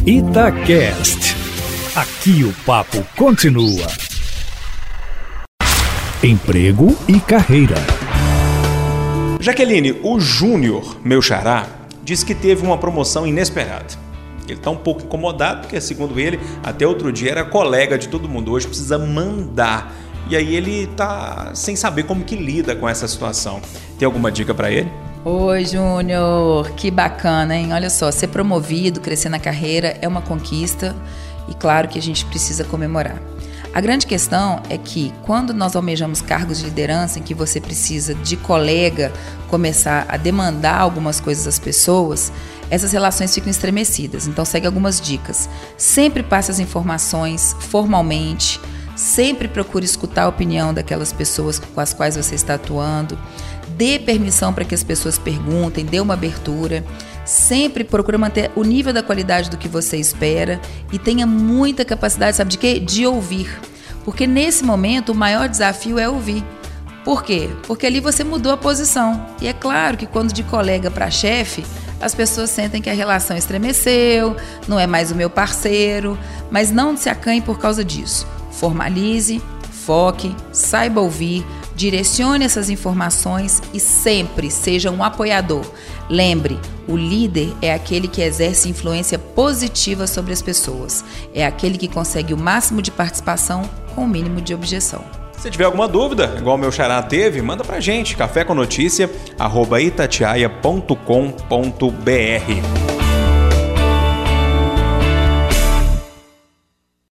Itacast. Aqui o papo continua. Emprego e carreira. Jaqueline, o Júnior, meu xará, disse que teve uma promoção inesperada. Ele está um pouco incomodado porque, segundo ele, até outro dia era colega de todo mundo, hoje precisa mandar. E aí ele está sem saber como que lida com essa situação. Tem alguma dica para ele? Oi, Júnior, que bacana, hein? Olha só, ser promovido, crescer na carreira é uma conquista e claro que a gente precisa comemorar. A grande questão é que quando nós almejamos cargos de liderança em que você precisa de colega começar a demandar algumas coisas às pessoas, essas relações ficam estremecidas. Então segue algumas dicas. Sempre passe as informações formalmente, sempre procure escutar a opinião daquelas pessoas com as quais você está atuando, dê permissão para que as pessoas perguntem, dê uma abertura. Sempre procura manter o nível da qualidade do que você espera e tenha muita capacidade, sabe de quê? De ouvir. Porque nesse momento o maior desafio é ouvir. Por quê? Porque ali você mudou a posição. E é claro que quando de colega para chefe, as pessoas sentem que a relação estremeceu, não é mais o meu parceiro, mas não se acanhe por causa disso. Formalize, foque, saiba ouvir, direcione essas informações e sempre seja um apoiador. Lembre, o líder é aquele que exerce influência positiva sobre as pessoas. É aquele que consegue o máximo de participação com o mínimo de objeção. Se tiver alguma dúvida, igual o meu xará teve, manda pra gente, cafécomnoticia@itatiaia.com.br.